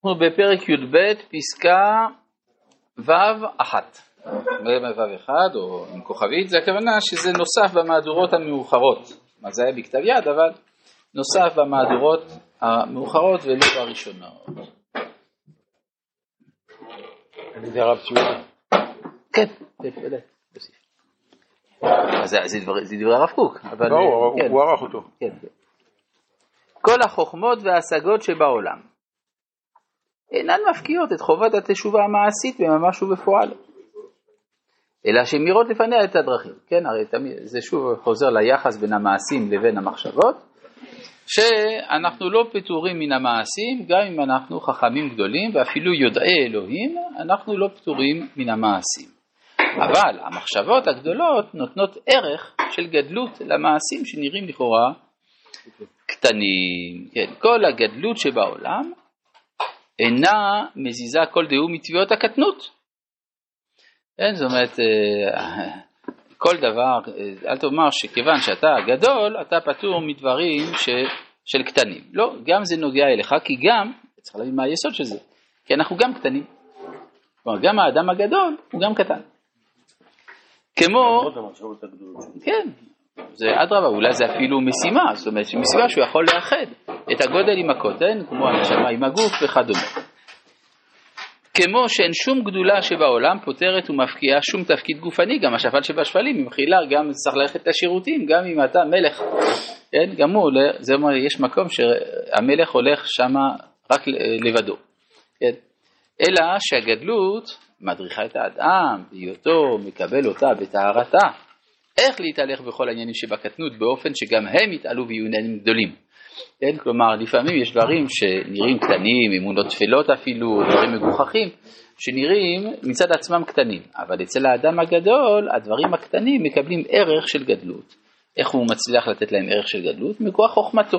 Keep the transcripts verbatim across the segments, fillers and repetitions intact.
אנחנו בפרק י"ב פסקה ו' אחת. ו' אחד או עם כוכבית, זה הכוונה שזה נוסף במהדורות המאוחרות. מה זה היה בכתב יד, אבל נוסף במהדורות המאוחרות ולא בראשונות. זה הרב שמואל. כן, בוודאי. זה דברי הרב קוק. לא, הוא ערך אותו. כן. כל החוכמות וההשגות שבעולם אינן מפקיעות את חובת התשובה המעשית בממש ובפועל, אלא שמירות לפניה את הדרכים. כן, הרי תמיד, זה שוב חוזר ליחס בין המעשים לבין המחשבות, שאנחנו לא פטורים מן המעשים, גם אם אנחנו חכמים גדולים ואפילו יודעי אלוהים, אנחנו לא פטורים מן המעשים. אבל המחשבות הגדולות נותנות ערך של גדלות למעשים שנראים לכאורה קטנים. כן, כל הגדלות שבעולם אינה מזיזה כל דהו מטבעות הקטנות. כן, זאת אומרת, כל דבר, אל תאמר שכיוון שאתה גדול, אתה פטור מדברים ש, של קטנים. לא, גם זה נוגע אליך, כי גם, צריך להבין מה היסוד של זה, כי אנחנו גם קטנים. כלומר, גם האדם הגדול הוא גם קטן. כמו, כן, זה אדרבה, אולי זה אפילו משימה, זאת אומרת, משימה שהוא יכול לאחד את הגודל עם הקוטן, כמו הנשמה עם הגוף וכדומה. כמו שאין שום גדולה שבעולם פותרת ומפקיעה שום תפקיד גופני, גם השפל שבשפלים, ממחילה גם צריך ללכת לשירותים, גם אם אתה מלך, כן, גם הוא, זה אומר, יש מקום שהמלך הולך שם רק לבדו, כן, אלא שהגדלות מדריכה את האדם, בהיותו מקבל אותה בטהרתה, איך להתהלך בכל העניינים שבקטנות, באופן שגם הם יתעלו ויהיו עניינים גדולים. כן? כלומר, לפעמים יש דברים שנראים קטנים, אמונות תפלות אפילו, דברים מגוחכים, שנראים מצד עצמם קטנים. אבל אצל האדם הגדול, הדברים הקטנים מקבלים ערך של גדלות. איך הוא מצליח לתת להם ערך של גדלות? מכוח חוכמתו.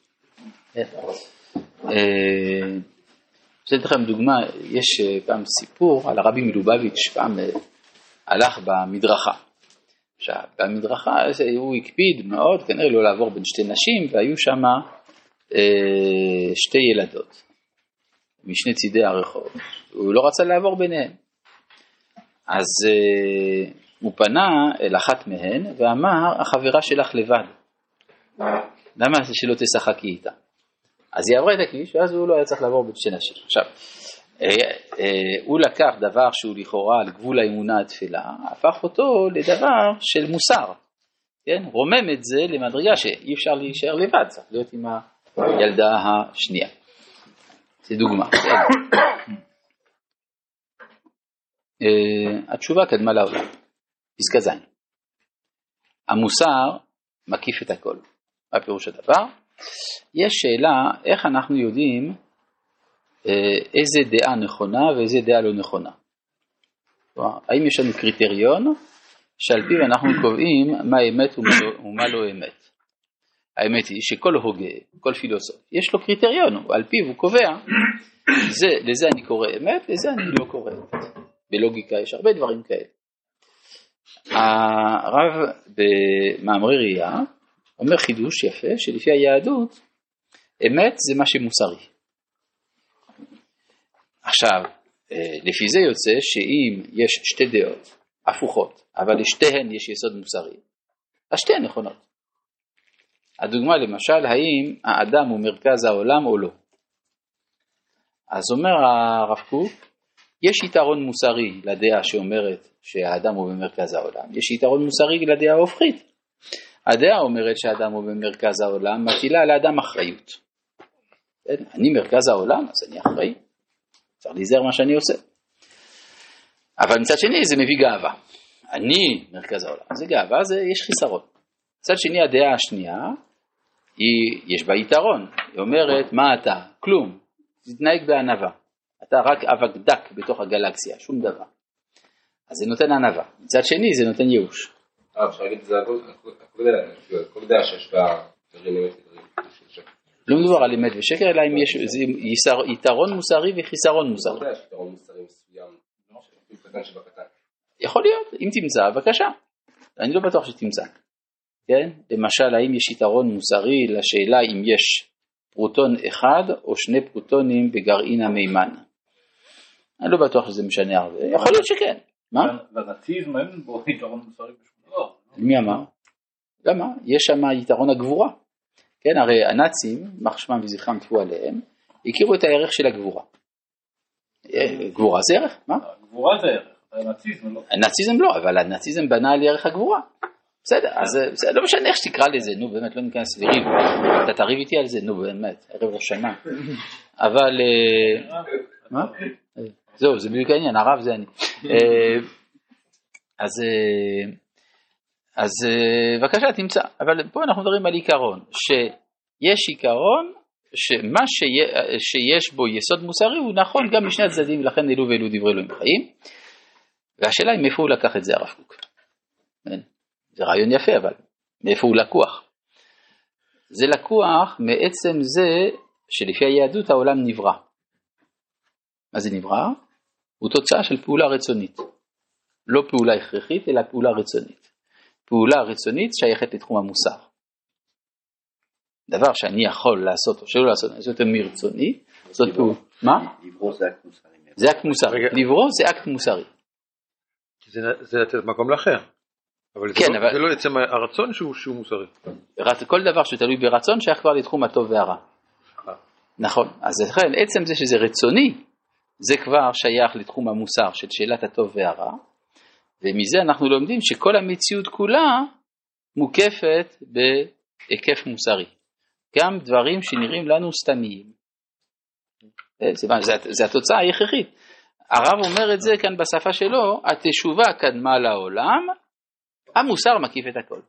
אני אתן לכם דוגמה, יש פעם סיפור על הרבי מלובביץ', פעם הלך במדרכה. עכשיו, במדרכה הוא הקפיד מאוד, כנראה לא לעבור בין שתי נשים, והיו שם אה, שתי ילדות, משני צידי הרחוב. הוא לא רצה לעבור ביניהן. אז אה, הוא פנה אל אחת מהן, ואמר, החברה שלך לבד. למה שלא תשחקי איתה? אז היא עברה את הכביש, ואז הוא לא היה צריך לעבור בין שתי נשים. עכשיו, אה, אה, הוא לקח דבר שהוא לכאורה על גבול האמונה התפלה, הפך אותו לדבר של מוסר, כן? רומם את זה למדרגה שאי אפשר להישאר לבד, צריך להיות עם הילדה השנייה. זה דוגמה. אה, התשובה קדמה לעולם, פסקה זין. המוסר מקיף את הכל. מה פירוש הדבר? יש שאלה איך אנחנו יודעים איזה דעה נכונה ואיזה דעה לא נכונה. האם יש לנו קריטריון שעל פיו אנחנו קובעים מה אמת ומה לא אמת. האמת היא שכל הוגה, כל פילוסוף, יש לו קריטריון, על פיו הוא קובע, זה, לזה אני קורא אמת, לזה אני לא קורא אמת. בלוגיקה יש הרבה דברים כאלה. הרב במאמרי ראייה אומר חידוש יפה שלפי היהדות, אמת זה מה שמוסרי. עכשיו, לפי זה יוצא שאם יש שתי דעות הפוכות, אבל לשתיהן יש יסוד מוסרי, אז שתיהן נכונות. הדוגמה למשל, האם האדם הוא מרכז העולם או לא. אז אומר הרב קוק, יש יתרון מוסרי לדעה שאומרת שהאדם הוא במרכז העולם, יש יתרון מוסרי לדעה ההופכית. הדעה אומרת שהאדם הוא במרכז העולם, מטילה על האדם אחריות. אני מרכז העולם, אז אני אחראי. צריך להיזהר מה שאני עושה. אבל מצד שני זה מביא גאווה. אני מרכז העולם. זה גאווה, זה יש חיסרון. מצד שני הדעה השנייה, היא, יש בה יתרון. היא אומרת, מה אתה? כלום. תתנהג בענווה. אתה רק אבק דק בתוך הגלקסיה, שום דבר. אז זה נותן ענווה. מצד שני זה נותן ייאוש. אה, אפשר להגיד את זה, כל דעה שיש בה דברים אמת ודברים של שקר. לא מדובר על אמת ושקר, אלא אם יש יתרון מוסרי וחיסרון מוסרי. לא יודע, יש יתרון מוסרי מסוים, קטן שבקטן. יכול להיות, אם תמצא, בבקשה. אני לא בטוח שתמצא. כן? למשל, האם יש יתרון מוסרי לשאלה אם יש פרוטון אחד או שני פרוטונים בגרעין המימן. אני לא בטוח שזה משנה הרבה, יכול להיות שכן. מה? לנאציזם אין בו יתרון מוסרי בשום דבר. מי אמר? למה? יש שם יתרון הגבורה. כן, הרי הנאצים, יימח שמם וזכרם טפו עליהם, הכירו את הערך של הגבורה. גבורה זה ערך? מה? גבורה זה ערך, הנאציזם לא. הנאציזם לא, אבל הנאציזם בנה על ערך הגבורה. בסדר, אז זה לא משנה איך שתקרא לזה, נו באמת לא ניכנס לריב, אתה תריב איתי על זה, נו באמת, ערב ראש שנה. אבל, מה? זהו, זה בדיוק העניין, הרב זה אני. אז, אז בבקשה תמצא, אבל פה אנחנו מדברים על עיקרון, שיש עיקרון, שמה שיש בו יסוד מוסרי הוא נכון גם משני הצדדים, לכן אלו ואלו דברי אלוהים חיים, והשאלה היא מאיפה הוא לקח את זה הרב קוק. זה רעיון יפה, אבל מאיפה הוא לקוח? זה לקוח מעצם זה שלפי היהדות העולם נברא. מה זה נברא? הוא תוצאה של פעולה רצונית. לא פעולה הכרחית, אלא פעולה רצונית. פעולה רצונית שייכת לתחום המוסר. דבר שאני יכול לעשות או שלא לעשות, זאת מרצוני, זאת פעולה. מה? לברוא זה אקט מוסרי. זה אקט מוסרי. לברוא זה אקט מוסרי. זה לתת מקום לאחר. אבל כן, זה, לא, אבל... זה לא עצם הרצון שהוא, שהוא מוסרי. כל דבר שתלוי ברצון שייך כבר לתחום הטוב והרע. נכון, אז לכן עצם זה שזה רצוני, זה כבר שייך לתחום המוסר של שאלת הטוב והרע, ומזה אנחנו לומדים שכל המציאות כולה מוקפת בהיקף מוסרי. גם דברים שנראים לנו סתמיים. זה, זה, זה התוצאה ההכרחית. הרב אומר את זה כאן בשפה שלו, התשובה קדמה לעולם, המוסר מקיף את הכל.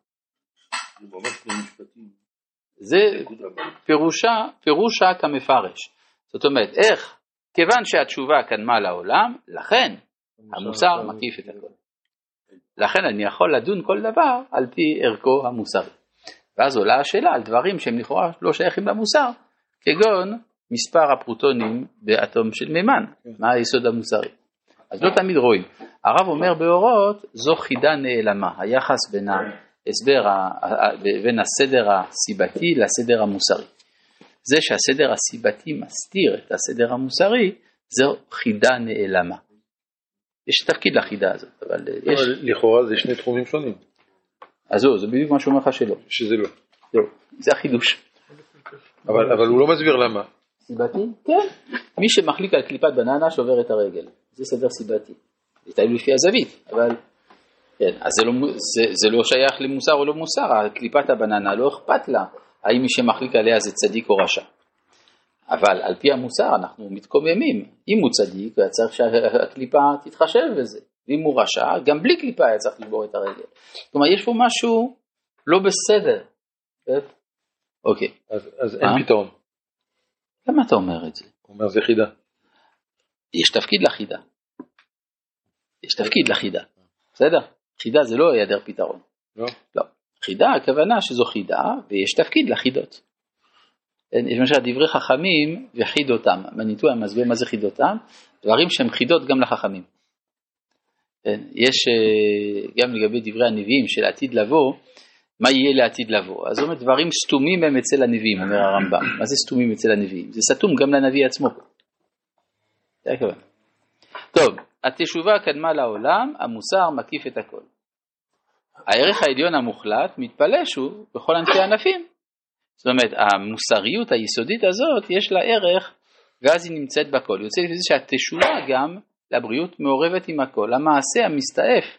זה פירושה, פירושה כמפרש. זאת אומרת, איך, כיוון שהתשובה קדמה לעולם, לכן המוסר מקיף את הכל. לכן אני יכול לדון כל דבר על פי ערכו המוסרי. ואז עולה השאלה על דברים שהם לכאורה לא שייכים למוסר, כגון מספר הפרוטונים באטום של מימן. מה היסוד המוסרי? אז לא תמיד רואים. הרב אומר באורות, זו חידה נעלמה, היחס בין ההסבר, בין הסדר הסיבתי לסדר המוסרי. זה שהסדר הסיבתי מסתיר את הסדר המוסרי, זו חידה נעלמה. יש תפקיד לחידה הזאת, אבל יש... לכאורה זה שני תחומים שונים. אז זהו, זה בדיוק מה שאומר לך שלא. שזה לא. זהו, זה החידוש. אבל, אבל הוא לא מסביר למה. סיבתי? כן. מי שמחליק על קליפת בננה שובר את הרגל. זה סדר סיבתי. זה תלוי לפי הזווית, אבל כן, אז זה לא, זה, זה לא שייך למוסר או לא מוסר, קליפת הבננה לא אכפת לה, האם מי שמחליק עליה זה צדיק או רשע. אבל על פי המוסר אנחנו מתקוממים, אם הוא צדיק היה צריך שהקליפה תתחשב בזה, ואם הוא רשע, גם בלי קליפה היה צריך לשבור את הרגל. כלומר, יש פה משהו לא בסדר. אוקיי. אז, אז אין פתרון. למה אתה אומר את זה? הוא אומר זה חידה. יש תפקיד לחידה. יש תפקיד לחידה. בסדר? חידה זה לא היעדר פתרון. לא. לא. חידה, הכוונה שזו חידה, ויש תפקיד לחידות. יש למשל דברי חכמים וחידותם. מניטו המסביר מה זה חידותם, דברים שהם חידות גם לחכמים. יש גם לגבי דברי הנביאים של עתיד לבוא, מה יהיה לעתיד לבוא? אז זאת אומרת, דברים סתומים הם אצל הנביאים, אומר הרמב"ם. מה זה סתומים אצל הנביאים? זה סתום גם לנביא עצמו. זה הכוונה. טוב, התשובה קדמה לעולם, המוסר מקיף את הכל. הערך העליון המוחלט מתפלש הוא בכל ענפי הענפים. זאת אומרת, המוסריות היסודית הזאת יש לה ערך, ואז היא נמצאת בכל. יוצא לפי זה שהתשובה גם לבריאות מעורבת עם הכל. המעשה המסתעף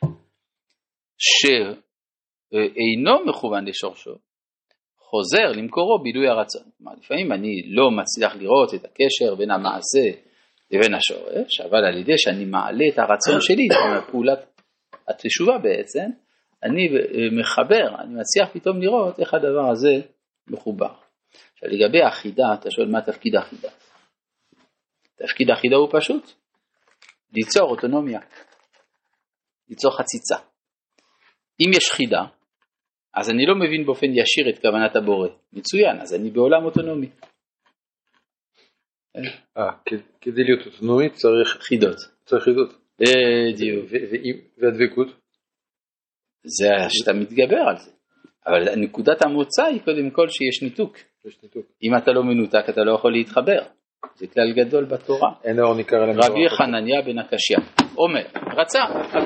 שאינו מכוון לשורשו, חוזר למקורו בילוי הרצון. כלומר, לפעמים אני לא מצליח לראות את הקשר בין המעשה לבין השורש, אבל על ידי שאני מעלה את הרצון שלי, זאת אומרת, פעולת התשובה בעצם, אני מחבר, אני מצליח פתאום לראות איך הדבר הזה מחובר. עכשיו, לגבי החידה, אתה שואל מה תפקיד החידה? תפקיד החידה הוא פשוט, ליצור אוטונומיה, ליצור חציצה. אם יש חידה, אז אני לא מבין באופן ישיר את כוונת הבורא. מצוין, אז אני בעולם אוטונומי. אה, כדי להיות אוטונומי צריך חידות. צריך חידות. בדיוק. והדבקות? זה שאתה מתגבר על זה. אבל נקודת המוצא היא קודם כל שיש ניתוק. יש ניתוק. אם אתה לא מנותק אתה לא יכול להתחבר. זה כלל גדול בתורה. אין האור ניכר על המזרח. רבי חנניה בן הקשיא אומר, רצה